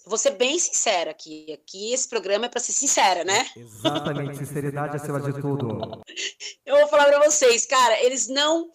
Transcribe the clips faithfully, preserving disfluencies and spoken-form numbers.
vou ser bem sincera aqui. Aqui esse programa é para ser sincera, né? Exatamente, sinceridade acima de tudo. Eu vou falar para vocês, cara, eles não...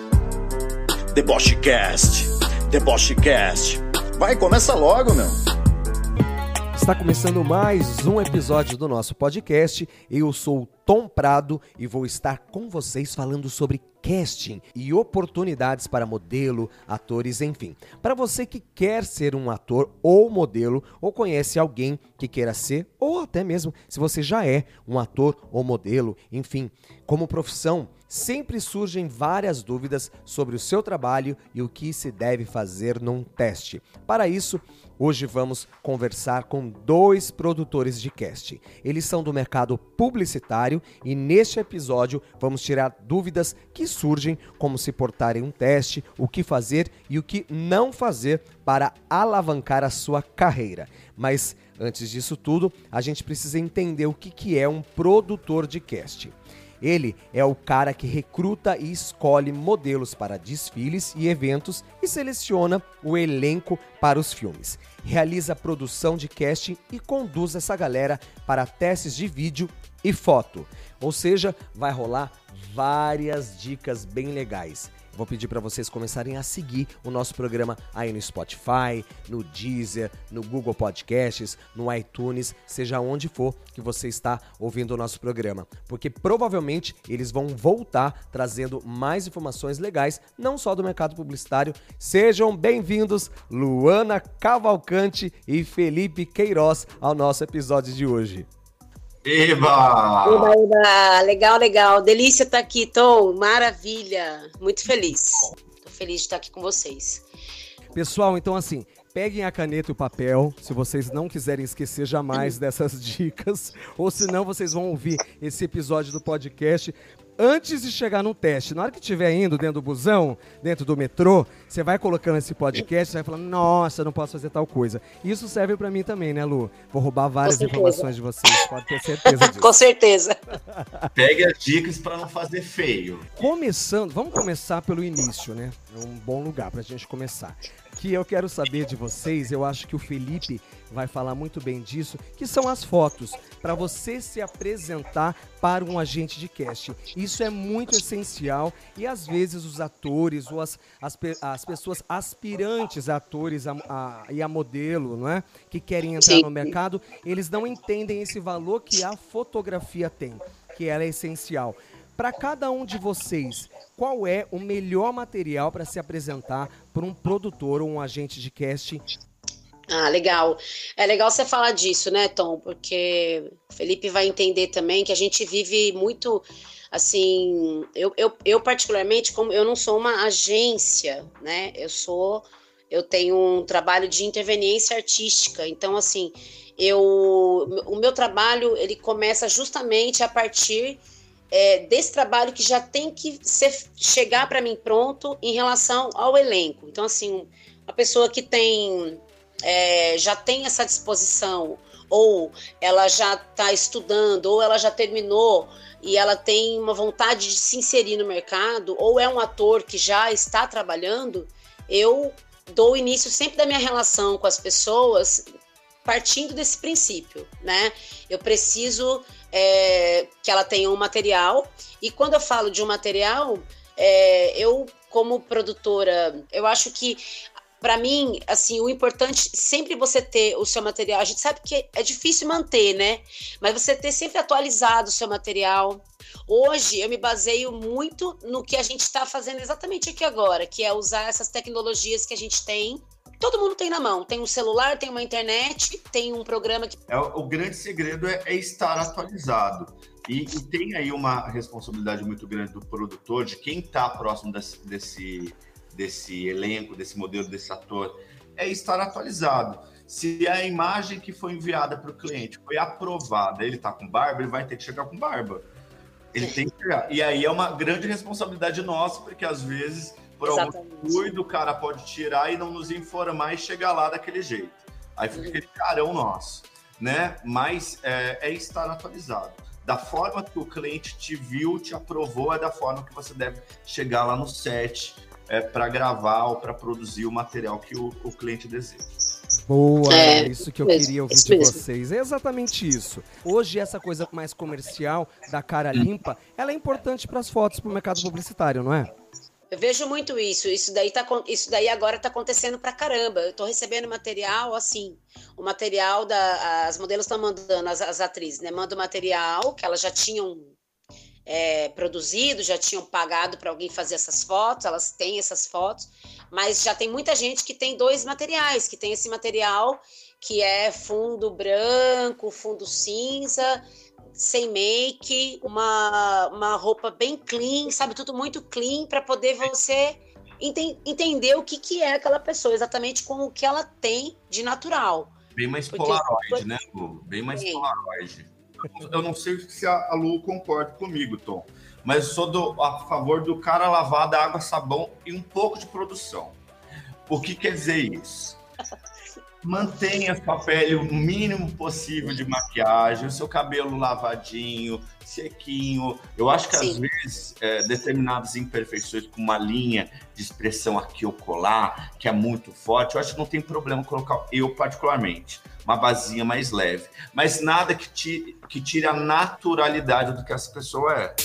Debochecast, Debochecast. Vai, começa logo, meu. Está começando mais um episódio do nosso podcast. Eu sou o Tom Prado e vou estar com vocês falando sobre casting e oportunidades para modelo, atores, enfim. Para você que quer ser um ator ou modelo, ou conhece alguém que queira ser, ou até mesmo se você já é um ator ou modelo, enfim. Como profissão, sempre surgem várias dúvidas sobre o seu trabalho e o que se deve fazer num teste. Para isso, hoje vamos conversar com dois produtores de casting. Eles são do mercado publicitário e neste episódio vamos tirar dúvidas que surgem, como se portar em um teste, o que fazer e o que não fazer para alavancar a sua carreira. Mas antes disso tudo, a gente precisa entender o que que é um produtor de casting. Ele é o cara que recruta e escolhe modelos para desfiles e eventos e seleciona o elenco para os filmes. Realiza a produção de casting e conduz essa galera para testes de vídeo e foto. Ou seja, vai rolar várias dicas bem legais. Vou pedir para vocês começarem a seguir o nosso programa aí no Spotify, no Deezer, no Google Podcasts, no iTunes, seja onde for que você está ouvindo o nosso programa. Porque provavelmente eles vão voltar trazendo mais informações legais, não só do mercado publicitário. Sejam bem-vindos, Luana Cavalcante e Felipe Queiroz, ao nosso episódio de hoje. Eba! Eba, eba! Legal, legal. Delícia estar aqui, Tom. Maravilha. Muito feliz. Tô feliz de estar aqui com vocês. Pessoal, então assim, peguem a caneta e o papel, se vocês não quiserem esquecer jamais dessas dicas, ou senão vocês vão ouvir esse episódio do podcast antes de chegar no teste. Na hora que estiver indo dentro do busão, dentro do metrô, você vai colocando esse podcast, você vai falando, nossa, não posso fazer tal coisa. Isso serve pra mim também, né, Lu? Vou roubar várias informações de vocês, pode ter certeza disso. Com certeza. Pegue as dicas pra não fazer feio. Começando, vamos começar pelo início, né? É um bom lugar pra gente começar. Que eu quero saber de vocês, eu acho que o Felipe vai falar muito bem disso, que são as fotos, para você se apresentar para um agente de casting. Isso é muito essencial e às vezes os atores ou as, as, as pessoas aspirantes a atores a, a, e a modelo, não é? Que querem entrar Sim. no mercado, eles não entendem esse valor que a fotografia tem, que ela é essencial. Para cada um de vocês, qual é o melhor material para se apresentar por um produtor ou um agente de casting? Ah, legal. É legal você falar disso, né, Tom? Porque o Felipe vai entender também que a gente vive muito, assim... Eu, eu, eu particularmente, como eu não sou uma agência, né? Eu sou... Eu tenho um trabalho de interveniência artística. Então, assim, eu, o meu trabalho, ele começa justamente a partir... É, desse trabalho que já tem que ser, chegar para mim pronto em relação ao elenco. Então, assim, uma pessoa que tem, é, já tem essa disposição, ou ela já está estudando, ou ela já terminou e ela tem uma vontade de se inserir no mercado, ou é um ator que já está trabalhando, eu dou início sempre da minha relação com as pessoas partindo desse princípio, né? Eu preciso... É, que ela tenha um material, e quando eu falo de um material, é, eu, como produtora, eu acho que, para mim, assim, o importante sempre você ter o seu material, a gente sabe que é difícil manter, né, mas você ter sempre atualizado o seu material. Hoje, eu me baseio muito no que a gente está fazendo exatamente aqui agora, que é usar essas tecnologias que a gente tem. Todo mundo tem na mão, tem um celular, tem uma internet, tem um programa que... É, o grande segredo é, é estar atualizado. E, e tem aí uma responsabilidade muito grande do produtor, de quem está próximo desse, desse, desse elenco, desse modelo, desse ator, é estar atualizado. Se a imagem que foi enviada para o cliente foi aprovada, ele está com barba, ele vai ter que chegar com barba. Ele tem que chegar. E aí é uma grande responsabilidade nossa, porque às vezes... Por Exatamente. algum descuido, o cara pode tirar e não nos informar e chegar lá daquele jeito. Aí fica aquele carão nosso, né? Mas é, é estar atualizado. Da forma que o cliente te viu, te aprovou, é da forma que você deve chegar lá no set é, para gravar ou para produzir o material que o, o cliente deseja. Boa, É, é isso que eu mesmo, queria ouvir isso de mesmo. vocês. É exatamente isso. Hoje, essa coisa mais comercial, da cara limpa, ela é importante para as fotos, para o mercado publicitário, não é? Eu vejo muito isso. Isso daí, tá, acon- isso daí agora tá acontecendo pra caramba. Eu tô recebendo material assim. O material da. As modelos estão mandando, as, as atrizes, né? Mandam material que elas já tinham é, produzido, já tinham pagado para alguém fazer essas fotos, elas têm essas fotos, mas já tem muita gente que tem dois materiais, que tem esse material que é fundo branco, fundo cinza, sem make, uma, uma roupa bem clean, sabe? Tudo muito clean para poder você enten- entender o que, que é aquela pessoa, exatamente com o que ela tem de natural. Bem mais Porque- Polaroid, né, Lu? Bem mais Sim. Polaroid. Eu não sei se a a Lu concorda comigo, Tom, mas eu sou do- a favor do cara lavar da água, sabão e um pouco de produção. O que quer dizer isso? Mantenha a sua pele o mínimo possível de maquiagem, o seu cabelo lavadinho, sequinho. Eu acho que, às Sim. vezes, é, determinadas imperfeições, com uma linha de expressão aqui ou colar, que é muito forte, eu acho que não tem problema colocar, eu particularmente, uma basinha mais leve. Mas nada que tire, que tire a naturalidade do que essa pessoa é.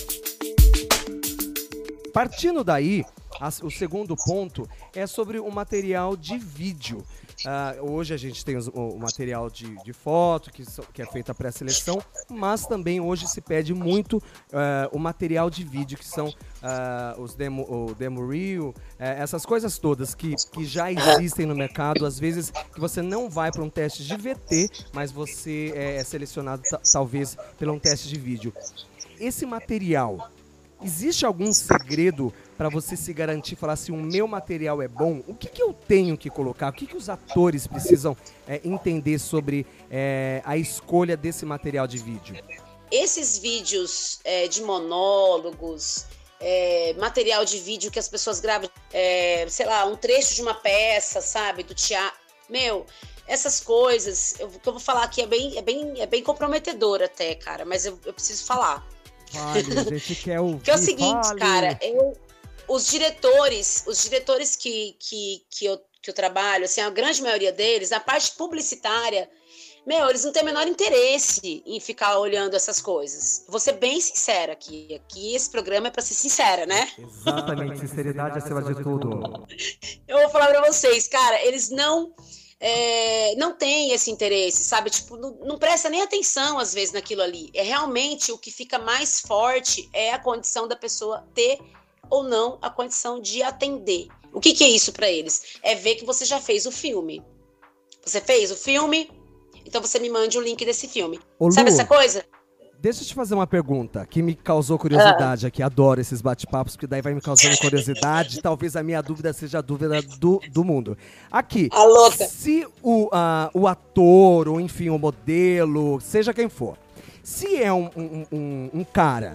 Partindo daí, as- o segundo ponto é sobre o material de vídeo. Ah, hoje a gente tem os- o, o material de, de foto, que, so- que é feita a pré-seleção, mas também hoje se pede muito ah, o material de vídeo, que são ah, os demo, o demo reel, eh, essas coisas todas que, que já existem no mercado, às vezes que você não vai para um teste de V T, mas você é, é selecionado ta- talvez pelo um teste de vídeo. Esse material, existe algum segredo para você se garantir, falar assim, o meu material é bom? O que, que eu tenho que colocar? O que, que os atores precisam é, entender sobre é, a escolha desse material de vídeo? Esses vídeos é, de monólogos, é, material de vídeo que as pessoas gravam, é, sei lá, um trecho de uma peça, sabe, do teatro. Meu, essas coisas, eu- o que eu vou falar aqui é bem, é bem, é bem comprometedor até, cara, mas eu, eu preciso falar. Fale, a gente quer ouvir. Que é o seguinte, fale. cara, eu, os diretores, os diretores que, que, que, eu, que eu trabalho, assim, a grande maioria deles, a parte publicitária, meu, eles não têm o menor interesse em ficar olhando essas coisas. Vou ser bem sincera aqui. Aqui esse programa é para ser sincera, né? Exatamente, sinceridade acima de tudo. Eu vou falar para vocês, cara, eles não é, não têm esse interesse, sabe? Tipo, não, não presta nem atenção às vezes naquilo ali. É realmente o que fica mais forte é a condição da pessoa ter ou não a condição de atender. O que, que é isso para eles? É ver que você já fez o filme. Você fez o filme? Então você me mande o link desse filme. Ô, Sabe Lu, essa coisa? Deixa eu te fazer uma pergunta que me causou curiosidade aqui. Adoro esses bate-papos, porque daí vai me causando curiosidade. Talvez a minha dúvida seja a dúvida do, do mundo. Aqui, A louca. se o, ah, o ator, ou enfim, o modelo, seja quem for, se é um, um, um, um cara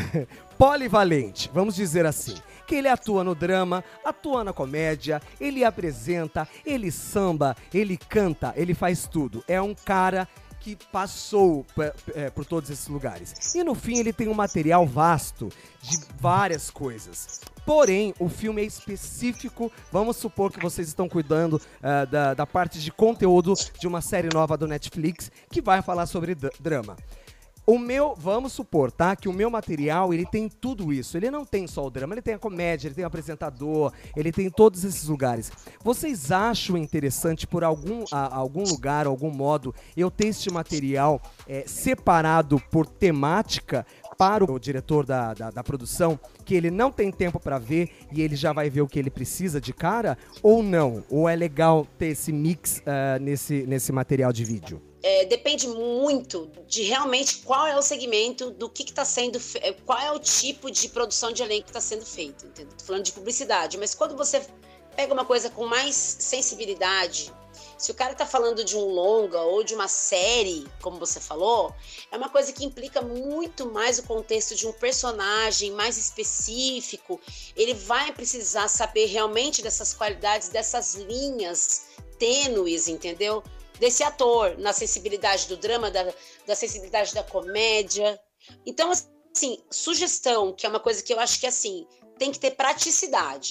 polivalente, vamos dizer assim, que ele atua no drama, atua na comédia, ele apresenta, ele samba, ele canta, ele faz tudo. É um cara que passou p- é, por todos esses lugares. E no fim ele tem um material vasto de várias coisas. Porém, o filme é específico. Vamos supor que vocês estão cuidando ah, da, da parte de conteúdo de uma série nova do Netflix que vai falar sobre d- drama. O meu, vamos supor, tá? Que o meu material, ele tem tudo isso. Ele não tem só o drama, ele tem a comédia, ele tem o apresentador, ele tem todos esses lugares. Vocês acham interessante, por algum, a, algum lugar, algum modo, eu ter este material é, separado por temática para o diretor da, da, da produção, que ele não tem tempo para ver e ele já vai ver o que ele precisa de cara? Ou não? Ou é legal ter esse mix ah, nesse, nesse material de vídeo? É, depende muito de realmente qual é o segmento do que está sendo feito, qual é o tipo de produção de elenco que está sendo feito, entendeu? Tô falando de publicidade, mas quando você pega uma coisa com mais sensibilidade, se o cara está falando de um longa ou de uma série, como você falou, é uma coisa que implica muito mais o contexto de um personagem mais específico. Ele vai precisar saber realmente dessas qualidades, dessas linhas tênues, entendeu? Desse ator, na sensibilidade do drama, da, da sensibilidade da comédia. Então, assim, sugestão, que é uma coisa que eu acho que, assim, tem que ter praticidade.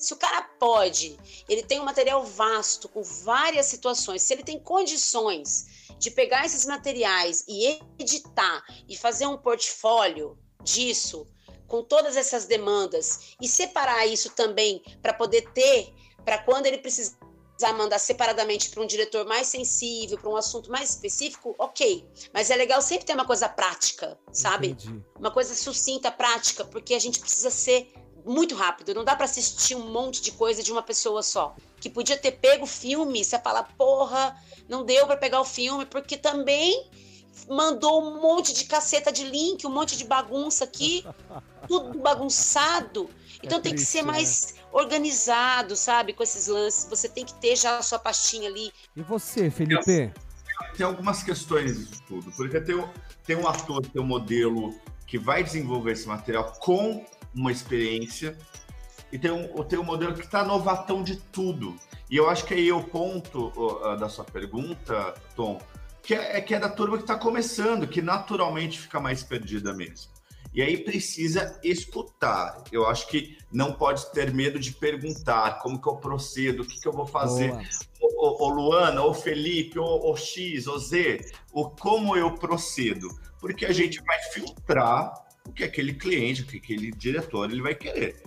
Se o cara pode, ele tem um material vasto, com várias situações, se ele tem condições de pegar esses materiais e editar e fazer um portfólio disso, com todas essas demandas, e separar isso também para poder ter, para quando ele precisar mandar separadamente para um diretor mais sensível, para um assunto mais específico, ok. Mas é legal sempre ter uma coisa prática, sabe? Entendi. Uma coisa sucinta, prática, porque a gente precisa ser muito rápido. Não dá para assistir um monte de coisa de uma pessoa só. Que podia ter pego o filme, você fala, porra, não deu para pegar o filme, porque também mandou um monte de caceta de link, um monte de bagunça aqui, tudo bagunçado. Então é tem triste, que ser mais, né, organizado, sabe, com esses lances. Você tem que ter já a sua pastinha ali. E você, Felipe? Tem, tem algumas questões disso tudo. Porque tem, tem um ator, tem um modelo que vai desenvolver esse material com uma experiência, e tem um, tem um modelo que está novatão de tudo. E eu acho que aí é o ponto uh, da sua pergunta, Tom, que é, que é da turma que está começando, que naturalmente fica mais perdida mesmo. E aí precisa escutar. Eu acho que não pode ter medo de perguntar como que eu procedo, o que, que eu vou fazer. Ô, ô, ô Luana, ô Felipe, ô, ô X, ô Z, o como eu procedo. Porque a gente vai filtrar o que aquele cliente, o que aquele diretor ele vai querer.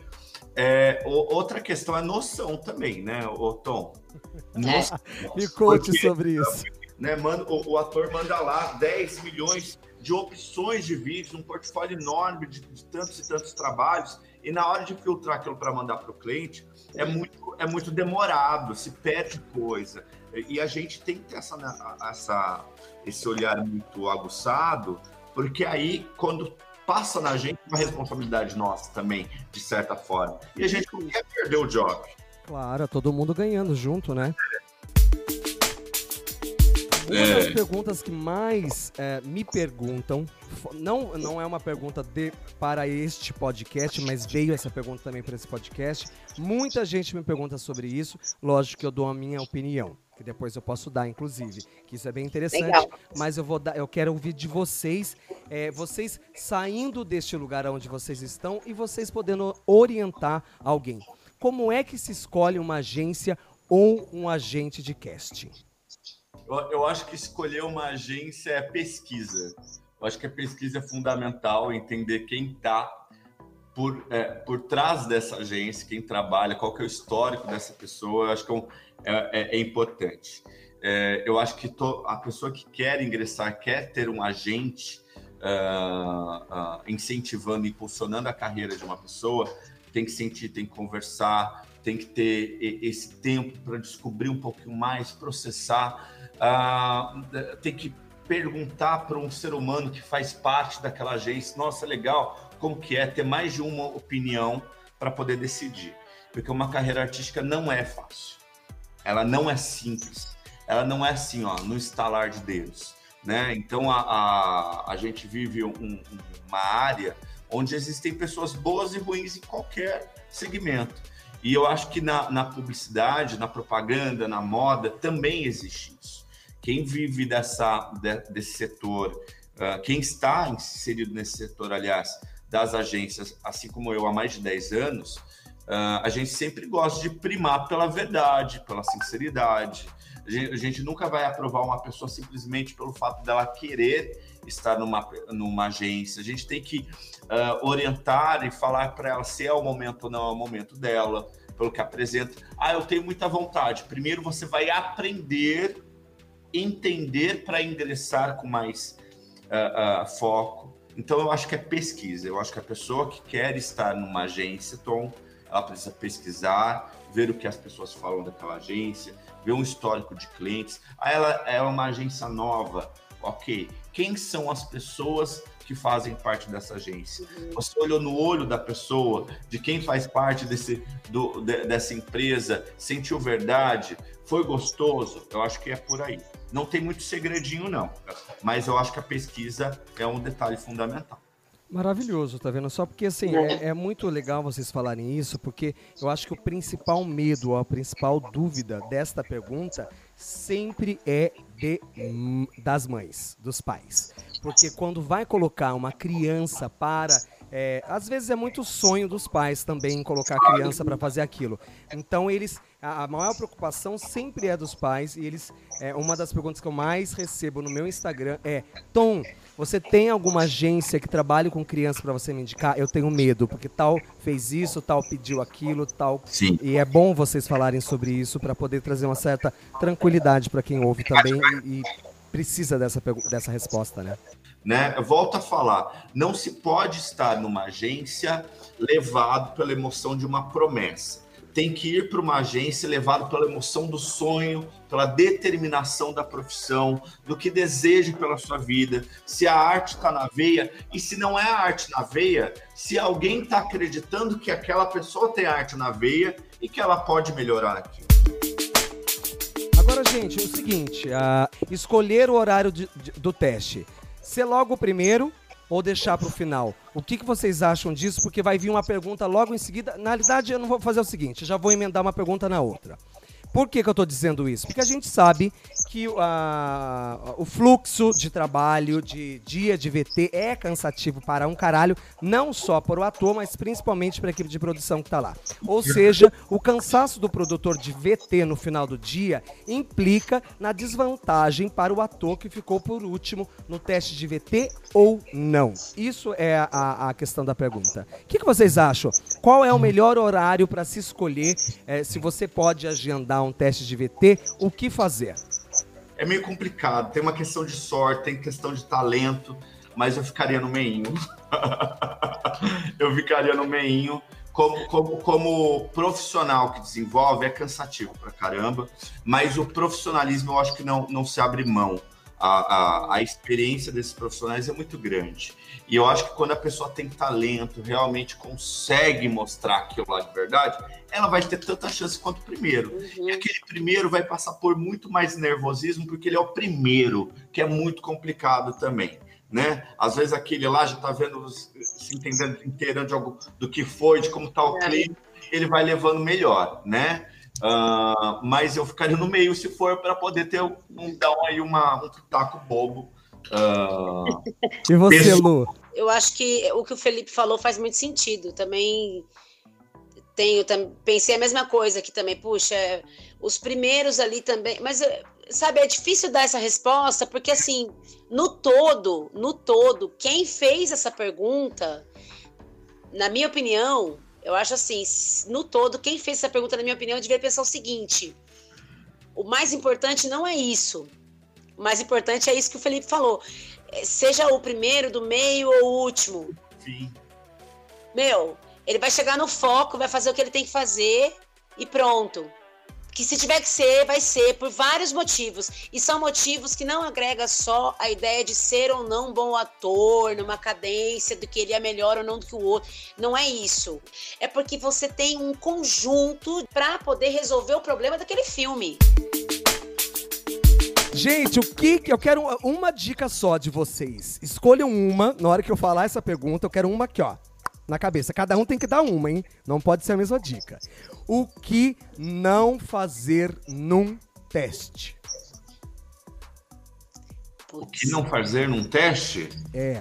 É, outra questão é noção também, né, ô Tom? Noção. Me conte porque, sobre isso. Né, manda, o, o ator manda lá dez milhões de opções de vídeos, um portfólio enorme de, de tantos e tantos trabalhos, e na hora de filtrar aquilo para mandar para o cliente, é muito, é muito demorado, se perde coisa. E a gente tem que ter essa, essa, esse olhar muito aguçado, porque aí, quando passa na gente, uma responsabilidade nossa também, de certa forma. E a gente não quer perder o job. Claro, todo mundo ganhando junto, né? Uma É. das perguntas que mais é, me perguntam, não, não é uma pergunta de, para este podcast, mas veio essa pergunta também para esse podcast. Muita gente me pergunta sobre isso, lógico que eu dou a minha opinião, que depois eu posso dar, inclusive, que isso é bem interessante. Legal. Mas eu vou dar, eu quero ouvir de vocês, é, vocês saindo deste lugar onde vocês estão e vocês podendo orientar alguém. Como é que se escolhe uma agência ou um agente de casting? Eu, eu acho que escolher uma agência é pesquisa. Eu acho que a pesquisa é fundamental, entender quem está por, é, por trás dessa agência, quem trabalha, qual que é o histórico dessa pessoa. Eu acho que é, um, é, é importante. É, eu acho que to, a pessoa que quer ingressar, quer ter um agente uh, uh, incentivando, impulsionando a carreira de uma pessoa, tem que sentir, tem que conversar, tem que ter esse tempo para descobrir um pouquinho mais, processar. Uh, tem que perguntar para um ser humano que faz parte daquela agência, nossa, legal, como que é ter mais de uma opinião para poder decidir, porque uma carreira artística não é fácil, ela não é simples, ela não é assim, ó, no estalar de dedos, né? Então a, a, a gente vive um, uma área onde existem pessoas boas e ruins em qualquer segmento. E eu acho que na, na publicidade, na propaganda, na moda, também existe isso. Quem vive dessa, de, desse setor, uh, quem está inserido nesse setor, aliás, das agências, assim como eu, há mais de dez anos, uh, a gente sempre gosta de primar pela verdade, pela sinceridade. A gente, a gente nunca vai aprovar uma pessoa simplesmente pelo fato dela querer estar numa, numa agência. A gente tem que uh, orientar e falar para ela se é o momento ou não é o momento dela, pelo que apresenta. Ah, eu tenho muita vontade. Primeiro você vai aprender, entender para ingressar com mais uh, uh, foco. Então eu acho que é pesquisa. Eu acho que a pessoa que quer estar numa agência, Tom, ela precisa pesquisar, ver o que as pessoas falam daquela agência, ver um histórico de clientes. Ah, ela é uma agência nova. Ok, quem são as pessoas que fazem parte dessa agência? Você olhou no olho da pessoa, de quem faz parte desse, do, de, dessa empresa, sentiu verdade, foi gostoso? Eu acho que é por aí. Não tem muito segredinho, não, mas eu acho que a pesquisa é um detalhe fundamental. Maravilhoso, tá vendo? Só porque, assim, é, é muito legal vocês falarem isso, porque eu acho que o principal medo, a principal dúvida desta pergunta sempre é de, das mães, dos pais. Porque quando vai colocar uma criança para é, às vezes é muito sonho dos pais também colocar a criança para fazer aquilo. Então eles, a, a maior preocupação sempre é dos pais, e eles, é, uma das perguntas que eu mais recebo no meu Instagram é: Tom, você tem alguma agência que trabalhe com criança para você me indicar? Eu tenho medo, porque tal fez isso, tal pediu aquilo, tal. Sim. E é bom vocês falarem sobre isso para poder trazer uma certa tranquilidade para quem ouve também e, e precisa dessa, dessa resposta, né? Né? Eu volto a falar, não se pode estar numa agência levado pela emoção de uma promessa. Tem que ir para uma agência levado pela emoção do sonho, pela determinação da profissão, do que deseja pela sua vida, se a arte está na veia, e se não é a arte na veia, se alguém está acreditando que aquela pessoa tem arte na veia e que ela pode melhorar aquilo. Agora, gente, é o seguinte, uh, escolher o horário de, de, do teste. Ser logo o primeiro ou deixar para o final? O que, que vocês acham disso? Porque vai vir uma pergunta logo em seguida. Na realidade, eu não vou fazer o seguinte, eu já vou emendar uma pergunta na outra. Por que, que eu estou dizendo isso? Porque a gente sabe que uh, o fluxo de trabalho, de dia de V T é cansativo para um caralho, não só para o ator, mas principalmente para a equipe de produção que está lá. Ou seja, o cansaço do produtor de V T no final do dia implica na desvantagem para o ator que ficou por último no teste de V T ou não. Isso é a, a questão da pergunta. O que, que vocês acham? Qual é o melhor horário para se escolher, é, se você pode agendar um teste de V T, o que fazer? É meio complicado, tem uma questão de sorte, tem questão de talento, mas eu ficaria no meinho. eu ficaria no meinho. Como, como, como profissional que desenvolve, é cansativo pra caramba, mas o profissionalismo eu acho que não, não se abre mão. A, a, a experiência desses profissionais é muito grande. E eu acho que quando a pessoa tem talento, realmente consegue mostrar aquilo lá de verdade, ela vai ter tanta chance quanto o primeiro. Uhum. E aquele primeiro vai passar por muito mais nervosismo, porque ele é o primeiro, que é muito complicado também. Né? Às vezes aquele lá já tá vendo, se entendendo inteirando de algo, do que foi, de como tá o é. clipe, ele vai levando melhor, né? Uh, mas eu ficaria no meio se for para poder ter um, dar aí uma, um pitaco bobo. Uh, e você, pessoa... Lu? Eu acho que o que o Felipe falou faz muito sentido. Também tenho, tam, pensei a mesma coisa aqui também. Puxa, os primeiros ali também. Mas, sabe, é difícil dar essa resposta, porque assim, no todo, no todo, quem fez essa pergunta, na minha opinião, eu acho assim, no todo, quem fez essa pergunta, na minha opinião, devia pensar o seguinte: o mais importante não é isso. O mais importante é isso que o Felipe falou. Seja o primeiro, do meio ou o último. Sim. Meu, ele vai chegar no foco, vai fazer o que ele tem que fazer e pronto. Que se tiver que ser, vai ser, por vários motivos. E são motivos que não agregam só a ideia de ser ou não um bom ator, numa cadência do que ele é melhor ou não do que o outro. Não é isso. É porque você tem um conjunto para poder resolver o problema daquele filme. Gente, o que eu quero uma dica só de vocês. Escolham uma, na hora que eu falar essa pergunta, eu quero uma aqui, ó, na cabeça. Cada um tem que dar uma, hein? Não pode ser a mesma dica. O que não fazer num teste? O que não fazer num teste? É.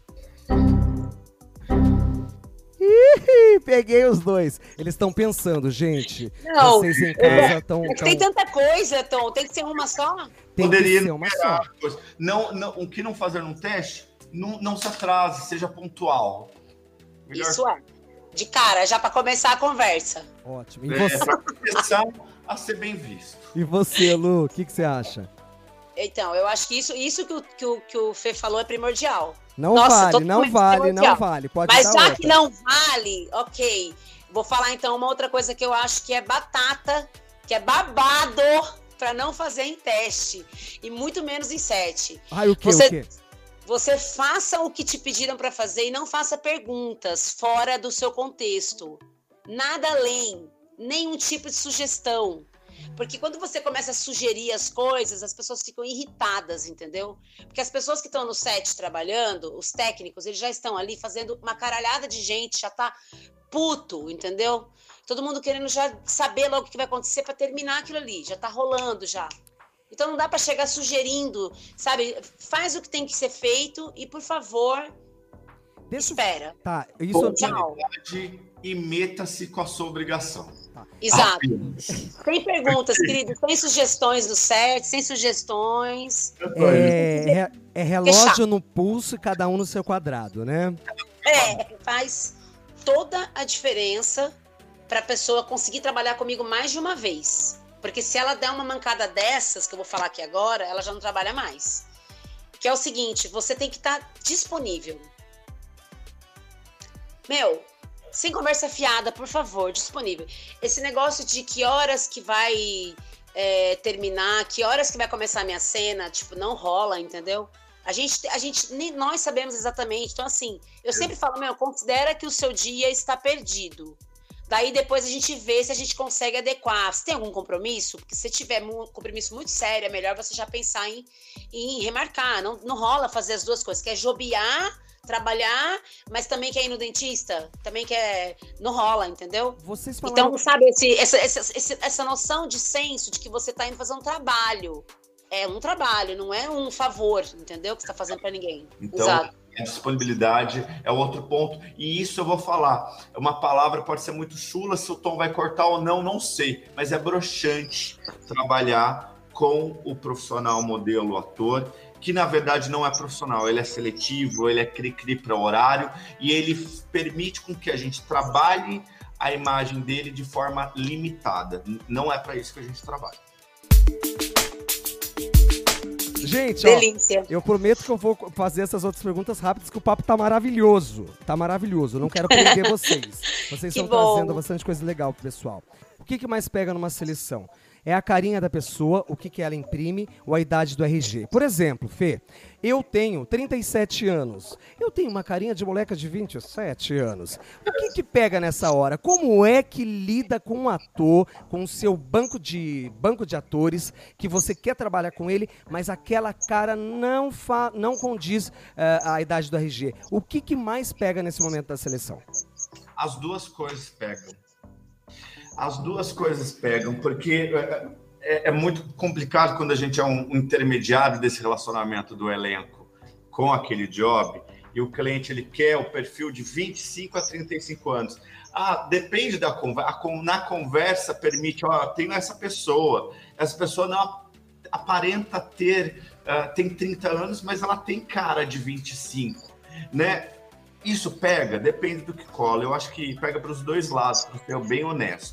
Ih, peguei os dois. Eles estão pensando, gente. Não, vocês em casa estão. É, tão... Tem tanta coisa, Tom. Tem que ser uma só? Tem Poderia que ser uma só. Não, não, o que não fazer num teste? Não, não se atrase, seja pontual. Melhor... Isso é. De cara, já para começar a conversa. Ótimo. E você? É, para começar a ser bem visto. E você, Lu, o que, que você acha? Então, eu acho que isso, isso que, o, que, o, que o Fê falou é primordial. Não Nossa, vale, não vale, primordial. não vale. Pode Mas dar já outra. que não vale, ok. Vou falar então uma outra coisa que eu acho que é batata, que é babado para não fazer em teste. E muito menos em set. Ai, o quê, você, o quê? Você faça o que te pediram para fazer e não faça perguntas fora do seu contexto. Nada além, nenhum tipo de sugestão. Porque quando você começa a sugerir as coisas, as pessoas ficam irritadas, entendeu? Porque as pessoas que estão no set trabalhando, os técnicos, eles já estão ali fazendo uma caralhada de gente, já tá puto, entendeu? Todo mundo querendo já saber logo o que vai acontecer para terminar aquilo ali, já tá rolando já. Então não dá para chegar sugerindo, sabe? Faz o que tem que ser feito e, por favor, Deixa... Espera. Tá, isso... Tchau. E meta-se com a sua obrigação. Tá. Exato. Sem perguntas, querido, sem sugestões do certo, sem sugestões. É, é, é relógio no pulso e cada um no seu quadrado, né? É, faz toda a diferença para a pessoa conseguir trabalhar comigo mais de uma vez. Porque se ela der uma mancada dessas, que eu vou falar aqui agora, ela já não trabalha mais. Que é o seguinte, você tem que estar disponível. Meu, sem conversa fiada, por favor, disponível. Esse negócio de que horas que vai é, terminar, que horas que vai começar a minha cena, tipo, não rola, entendeu? A gente, a gente, nem nós sabemos exatamente. Então, assim, eu sempre falo, meu, considera que o seu dia está perdido. Daí depois a gente vê se a gente consegue adequar. Você tem algum compromisso? Porque se tiver um compromisso muito sério, é melhor você já pensar em, em remarcar. Não, não rola fazer as duas coisas. Quer jobiar, trabalhar, mas também quer ir no dentista? Também quer... Não rola, entendeu? Vocês falaram... Então, sabe, esse, essa, essa, essa noção de senso de que você está indo fazer um trabalho. É um trabalho, não é um favor, entendeu? Que você está fazendo para ninguém. Então, exato. A disponibilidade é outro ponto. E isso eu vou falar. É uma palavra, pode ser muito chula, se o Tom vai cortar ou não, não sei. Mas é broxante trabalhar com o profissional modelo ator, que na verdade não é profissional, ele é seletivo, ele é cri-cri para horário e ele permite com que a gente trabalhe a imagem dele de forma limitada. Não é para isso que a gente trabalha. Gente, Delícia. Ó, eu prometo que eu vou fazer essas outras perguntas rápidas, que o papo tá maravilhoso. Tá maravilhoso. Eu não quero prender vocês. Vocês estão trazendo bastante coisa legal pro pessoal. O que, que mais pega numa seleção? É a carinha da pessoa, o que, que ela imprime, ou a idade do R G. Por exemplo, Fê, eu tenho trinta e sete anos. Eu tenho uma carinha de moleca de vinte e sete anos. O que, que pega nessa hora? Como é que lida com um ator, com o seu banco de, banco de atores, que você quer trabalhar com ele, mas aquela cara não, fa, não condiz uh, à idade do R G? O que, que mais pega nesse momento da seleção? As duas coisas pegam. As duas coisas pegam, porque é, é muito complicado quando a gente é um, um intermediário desse relacionamento do elenco com aquele job e o cliente ele quer o perfil de vinte e cinco a trinta e cinco anos. Ah, depende da conversa. Na conversa permite, ó, tenho essa pessoa, essa pessoa não aparenta ter, uh, tem trinta anos, mas ela tem cara de vinte e cinco, né? Isso pega, depende do que cola. Eu acho que pega para os dois lados, para ser bem honesto.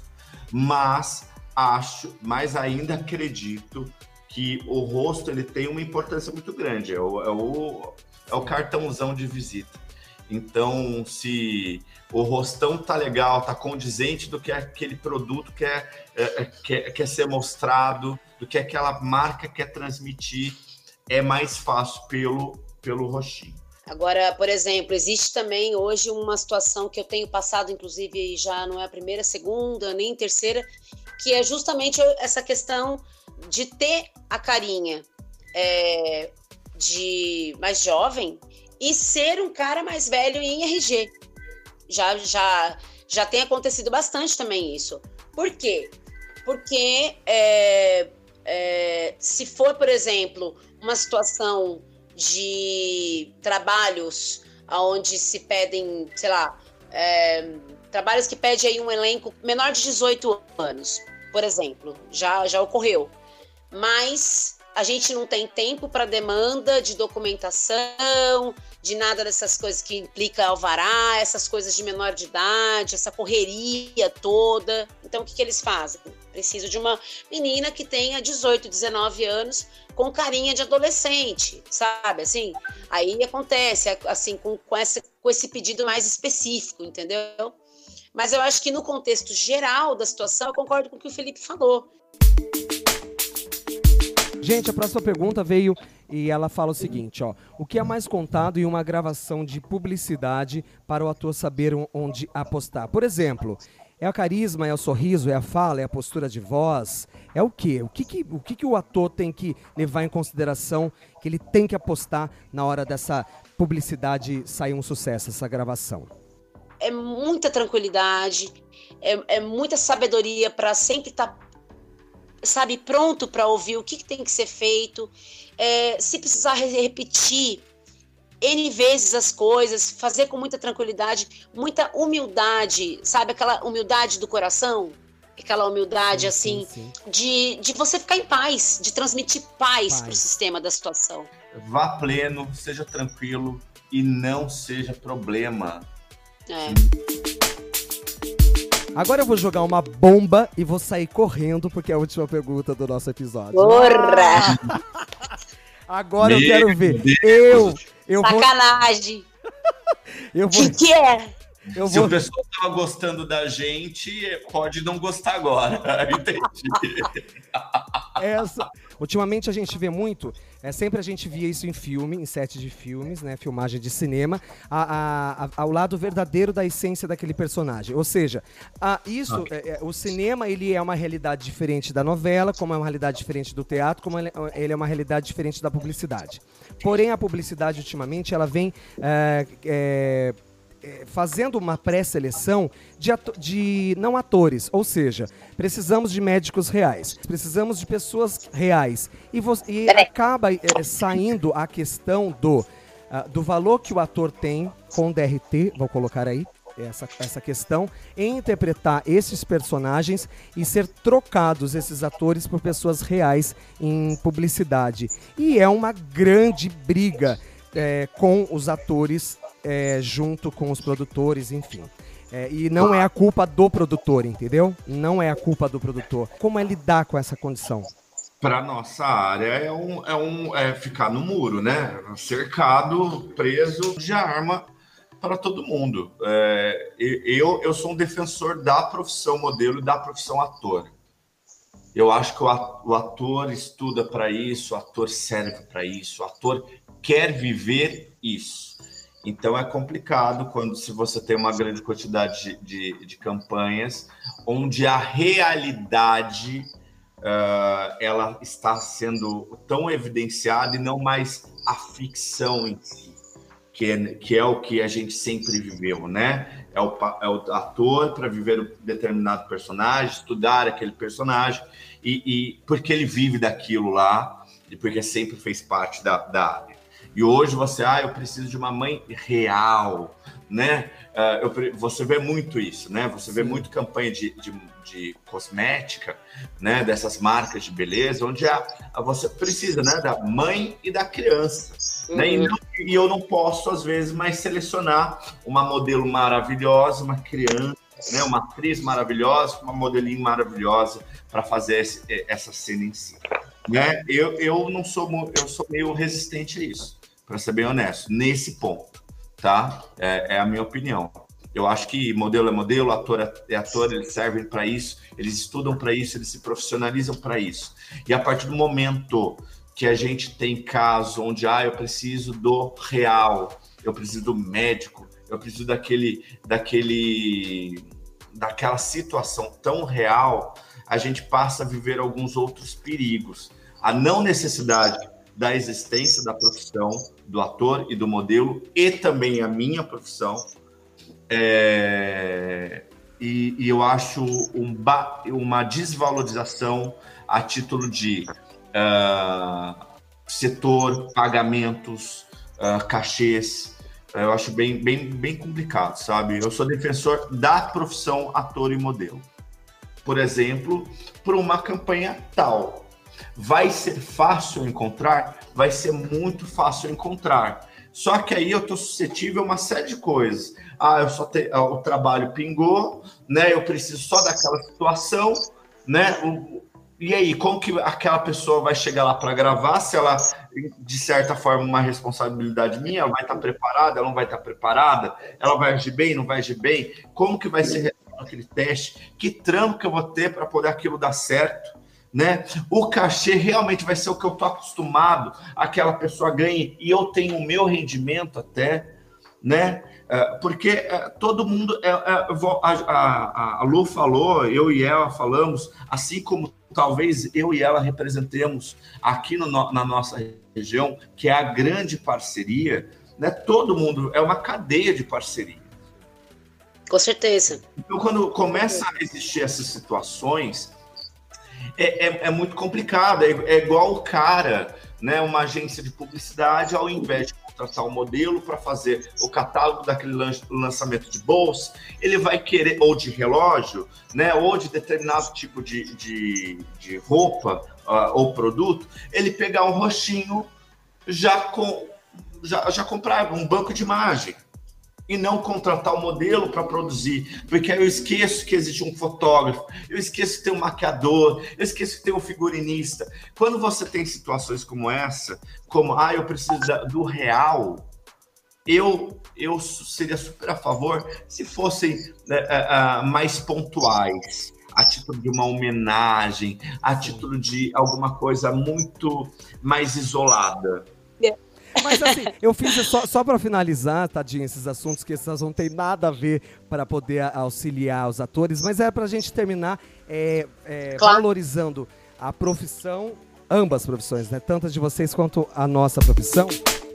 Mas acho, mas ainda acredito que o rosto ele tem uma importância muito grande. É o, é o, é o cartãozão de visita. Então, se o rostão tá legal, tá condizente do que aquele produto quer, é, quer, quer ser mostrado, do que aquela marca quer transmitir, é mais fácil pelo, pelo rostinho. Agora, por exemplo, existe também hoje uma situação que eu tenho passado, inclusive já não é a primeira, segunda, nem terceira, que é justamente essa questão de ter a carinha é, de mais jovem e ser um cara mais velho em R G. Já, já, já tem acontecido bastante também isso. Por quê? Porque é, é, se for, por exemplo, uma situação de trabalhos onde se pedem, sei lá, é, trabalhos que pedem aí um elenco menor de dezoito anos, por exemplo, já, já ocorreu. Mas a gente não tem tempo para demanda de documentação, de nada dessas coisas que implica alvará, essas coisas de menor de idade, essa correria toda. Então, o que, que eles fazem? Preciso de uma menina que tenha dezoito, dezenove anos com carinha de adolescente, sabe? Assim, aí acontece, assim, com, com, essa, com esse pedido mais específico, entendeu? Mas eu acho que no contexto geral da situação, eu concordo com o que o Felipe falou. Gente, a próxima pergunta veio e ela fala o seguinte, ó. O que é mais contado em uma gravação de publicidade para o ator saber onde apostar? Por exemplo, é o carisma, é o sorriso, é a fala, é a postura de voz? É o quê? O que, que, o, que, que o ator tem que levar em consideração, que ele tem que apostar na hora dessa publicidade sair um sucesso, essa gravação? É muita tranquilidade, é, é muita sabedoria para sempre estar... Tá, sabe, pronto para ouvir o que, que tem que ser feito. É, se precisar repetir N vezes as coisas, fazer com muita tranquilidade, muita humildade, sabe? Aquela humildade do coração, aquela humildade, sim, assim, sim, sim. De, de você ficar em paz, de transmitir paz, paz. Para o sistema da situação. Vá pleno, seja tranquilo e não seja problema. É. Agora eu vou jogar uma bomba e vou sair correndo, porque é a última pergunta do nosso episódio. Porra! Agora Meu eu quero ver. Deus. Eu, eu Sacanagem! Vou... eu vou... Que que é? Eu Se vou... o pessoal estava gostando da gente, pode não gostar agora. Entendi. Essa... Ultimamente a gente vê muito, é, sempre a gente via isso em filme, em set de filmes, né, filmagem de cinema, a, a, a, ao lado verdadeiro da essência daquele personagem. Ou seja, a, isso, okay. é, é, o cinema ele é uma realidade diferente da novela, como é uma realidade diferente do teatro, como ele, ele é uma realidade diferente da publicidade. Porém, a publicidade ultimamente ela vem é, é, fazendo uma pré-seleção de, de não atores, ou seja, precisamos de médicos reais, precisamos de pessoas reais, e, e acaba é, saindo a questão do, uh, do valor que o ator tem com D R T, vou colocar aí, essa, essa questão, em interpretar esses personagens e ser trocados esses atores por pessoas reais em publicidade. E é uma grande briga é, com os atores É, junto com os produtores, enfim. É, e não é a culpa do produtor, entendeu? Não é a culpa do produtor. Como é lidar com essa condição? Para nossa área é, um, é, um, é ficar no muro, né? Cercado, preso de arma para todo mundo. É, eu, eu sou um defensor da profissão modelo e da profissão ator. Eu acho que o ator estuda para isso, o ator serve para isso, o ator quer viver isso. Então é complicado quando se você tem uma grande quantidade de, de, de campanhas onde a realidade uh, ela está sendo tão evidenciada e não mais a ficção em si, que é, que é o que a gente sempre viveu, né? É o, é o ator para viver um determinado personagem, estudar aquele personagem, e, e porque ele vive daquilo lá, e porque sempre fez parte da, da área. E hoje você, ah, eu preciso de uma mãe real, né? Uh, eu, você vê muito isso, né? Você vê muito campanha de, de, de cosmética, né? Dessas marcas de beleza, onde a, a você precisa, né? Da mãe e da criança. Uhum. Né? E, não, e eu não posso, às vezes, mais selecionar uma modelo maravilhosa, uma criança, né? Uma atriz maravilhosa, uma modelinho maravilhosa para fazer esse, essa cena em si. Né? Eu, eu não sou, eu sou meio resistente a isso, para ser bem honesto, nesse ponto, tá? É, é a minha opinião. Eu acho que modelo é modelo, ator é ator, eles servem para isso, eles estudam para isso, eles se profissionalizam para isso. E a partir do momento que a gente tem caso onde, ah, eu preciso do real, eu preciso do médico, eu preciso daquele, daquele, daquela situação tão real, a gente passa a viver alguns outros perigos. A não necessidade da existência da profissão do ator e do modelo, e também a minha profissão. É... E, e eu acho um ba... uma desvalorização a título de uh, setor, pagamentos, uh, cachês. Eu acho bem, bem, bem complicado, sabe? Eu sou defensor da profissão ator e modelo. Por exemplo, por uma campanha tal. Vai ser fácil encontrar? Vai ser muito fácil encontrar. Só que aí eu estou suscetível a uma série de coisas. Ah, eu só te... o trabalho pingou, né? Eu preciso só daquela situação, né? E aí, como que aquela pessoa vai chegar lá para gravar? Se ela, de certa forma, uma responsabilidade minha, ela vai estar preparada, ela não vai estar preparada? Ela vai agir bem, não vai agir bem? Como que vai ser aquele teste? Que trampo que eu vou ter para poder aquilo dar certo? Né? O cachê realmente vai ser o que eu estou acostumado, aquela pessoa ganha e eu tenho o meu rendimento até, né? Porque todo mundo, a, a, a Lu falou, eu e ela falamos, assim como talvez eu e ela representemos aqui no, na nossa região, que é a grande parceria, né? Todo mundo, é uma cadeia de parceria. Com certeza. Então, quando começa a existir essas situações, É, é, é muito complicado, é, é igual o cara, né, uma agência de publicidade, ao invés de contratar um modelo para fazer o catálogo daquele lançamento de bolsa, ele vai querer, ou de relógio, né, ou de determinado tipo de, de, de roupa uh, ou produto, ele pegar um roxinho já, com, já, já comprar um banco de imagem e não contratar o modelo para produzir, porque aí eu esqueço que existe um fotógrafo, eu esqueço que tem um maquiador, eu esqueço que tem um figurinista. Quando você tem situações como essa, como, ah, eu preciso da, do real, eu, eu seria super a favor se fossem né, uh, uh, mais pontuais, a título de uma homenagem, a título de alguma coisa muito mais isolada. Mas assim, eu fiz só, só para finalizar, tadinho, esses assuntos, que esses não tem nada a ver para poder auxiliar os atores, mas é para a gente terminar é, é, claro. valorizando a profissão, ambas profissões, né? Tanto a de vocês quanto a nossa profissão.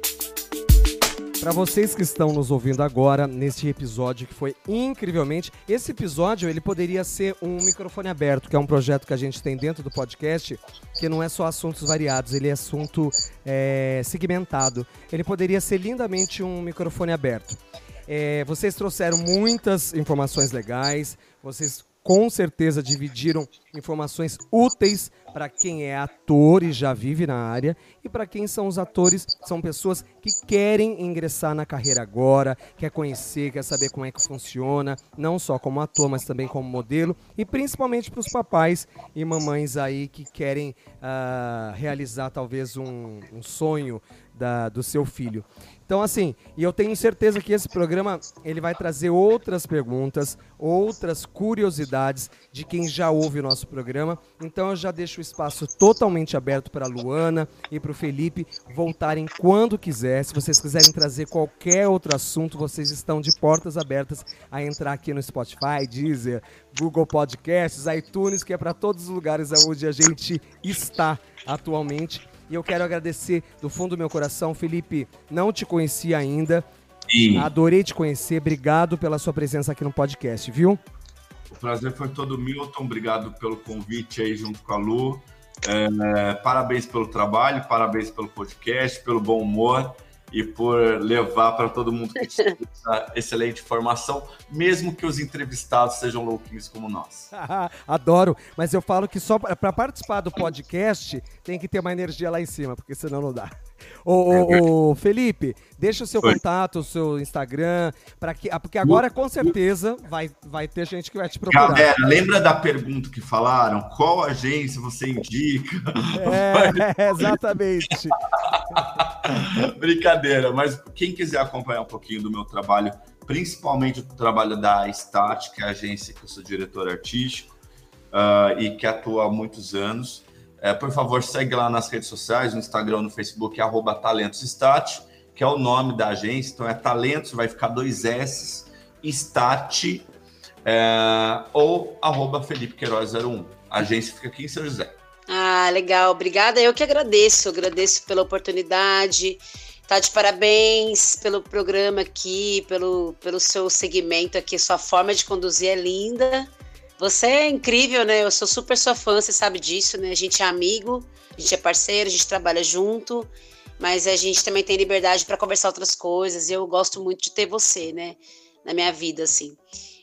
Para vocês que estão nos ouvindo agora, neste episódio que foi incrivelmente... Esse episódio, ele poderia ser um microfone aberto, que é um projeto que a gente tem dentro do podcast, que não é só assuntos variados, ele é assunto é, segmentado. Ele poderia ser lindamente um microfone aberto. É, vocês trouxeram muitas informações legais, vocês com certeza dividiram informações úteis para quem é ator e já vive na área, e para quem são os atores, são pessoas que querem ingressar na carreira agora, quer conhecer, quer saber como é que funciona, não só como ator, mas também como modelo, e principalmente para os papais e mamães aí que querem uh, realizar talvez um, um sonho da, do seu filho. Então, assim, e eu tenho certeza que esse programa ele vai trazer outras perguntas, outras curiosidades de quem já ouve o nosso programa. Então, eu já deixo o espaço totalmente aberto para a Luana e para o Felipe voltarem quando quiser. Se vocês quiserem trazer qualquer outro assunto, vocês estão de portas abertas a entrar aqui no Spotify, Deezer, Google Podcasts, iTunes, que é para todos os lugares onde a gente está atualmente. E eu quero agradecer do fundo do meu coração, Felipe, não te conheci ainda, Sim. adorei te conhecer, obrigado pela sua presença aqui no podcast, viu? O prazer foi todo Milton, obrigado pelo convite aí junto com a Lu, é, parabéns pelo trabalho, parabéns pelo podcast, pelo bom humor e por levar para todo mundo que essa excelente informação, mesmo que os entrevistados sejam louquinhos como nós. Adoro, mas eu falo que só para participar do podcast tem que ter uma energia lá em cima, porque senão não dá. Ô, ô, ô Felipe, deixa o seu Oi. contato, o seu Instagram, para que, porque agora com certeza vai, vai ter gente que vai te procurar. Galera, lembra da pergunta que falaram? Qual agência você indica? É, exatamente. Brincadeira, mas quem quiser acompanhar um pouquinho do meu trabalho, principalmente o trabalho da Stat, que é a agência que eu sou diretor artístico uh, e que atua há muitos anos, uh, por favor, segue lá nas redes sociais, no Instagram, no Facebook, é arroba TalentosStat, que é o nome da agência, então é Talentos, vai ficar dois S, Stat, uh, ou arroba Felipe Queiroz zero um. A agência fica aqui em São José. Ah, legal, obrigada. Eu que agradeço, agradeço pela oportunidade, tá de parabéns pelo programa aqui, pelo, pelo seu segmento aqui, sua forma de conduzir é linda. Você é incrível, né? Eu sou super sua fã, você sabe disso, né? A gente é amigo, a gente é parceiro, a gente trabalha junto, mas a gente também tem liberdade para conversar outras coisas e eu gosto muito de ter você, né? Na minha vida, assim.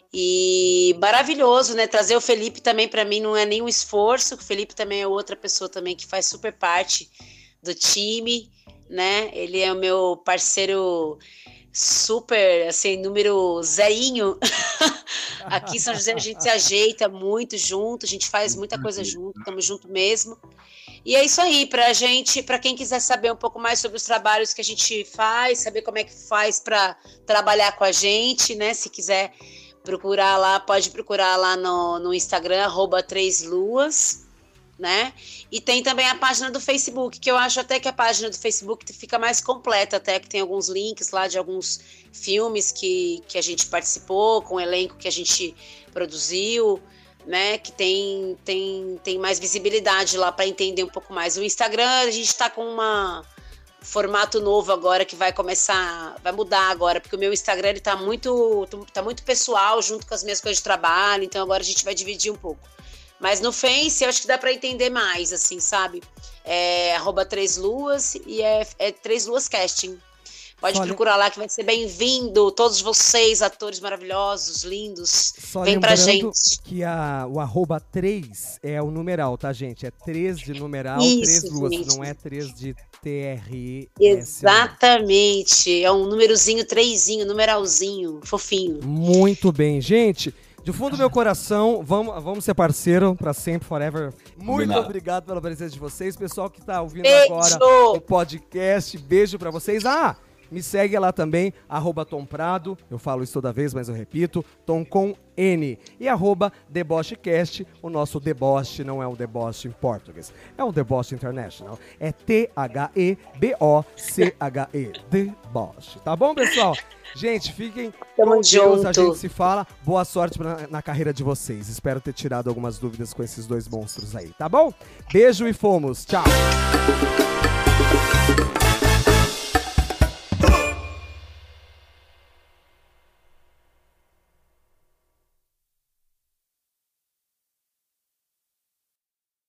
E maravilhoso, né? Trazer o Felipe também para mim não é nenhum esforço. O Felipe também é outra pessoa também que faz super parte do time, né? Ele é o meu parceiro super, assim, número zerinho. Aqui em São José a gente se ajeita muito junto, a gente faz muita coisa junto, estamos junto mesmo. E é isso aí, pra gente, para quem quiser saber um pouco mais sobre os trabalhos que a gente faz, saber como é que faz para trabalhar com a gente, né? Se quiser procurar lá, pode procurar lá no, no Instagram, arroba três luas, né? E tem também a página do Facebook, que eu acho até que a página do Facebook fica mais completa, até que tem alguns links lá de alguns filmes que, que a gente participou, com o elenco que a gente produziu, né? Que tem, tem, tem mais visibilidade lá para entender um pouco mais. O Instagram, a gente está com uma formato novo agora que vai começar, vai mudar agora, porque o meu Instagram ele tá muito, tá muito pessoal junto com as minhas coisas de trabalho, então agora a gente vai dividir um pouco. Mas no Face eu acho que dá para entender mais, assim, sabe? É arroba Três Luas e é, é Três Luas Casting. Pode Só procurar lá que vai ser bem-vindo. Todos vocês, atores maravilhosos, lindos. Só Vem pra lembrando gente. que a, o arroba três é o numeral, tá, gente? É três de numeral, Isso, três luas, gente. não é três de T R E. Exatamente. É um númerozinho, trezinho, numeralzinho, fofinho. Muito bem, gente. Do fundo do meu coração, vamos, vamos ser parceiro pra sempre, forever. Muito Combinado. obrigado pela presença de vocês. Pessoal que tá ouvindo Beijo. agora o podcast, beijo pra vocês. Ah, me segue lá também, arroba Tom Prado. Eu falo isso toda vez, mas eu repito, Tom com N. E arroba DebocheCast. O nosso deboche não é um deboche em português, é um deboche international. É T H E B O C H E. Deboche. Tá bom, pessoal? Gente, fiquem Tamo com Deus, a junto. gente se fala. Boa sorte na, na carreira de vocês. Espero ter tirado algumas dúvidas com esses dois monstros aí, tá bom? Beijo e fomos. Tchau.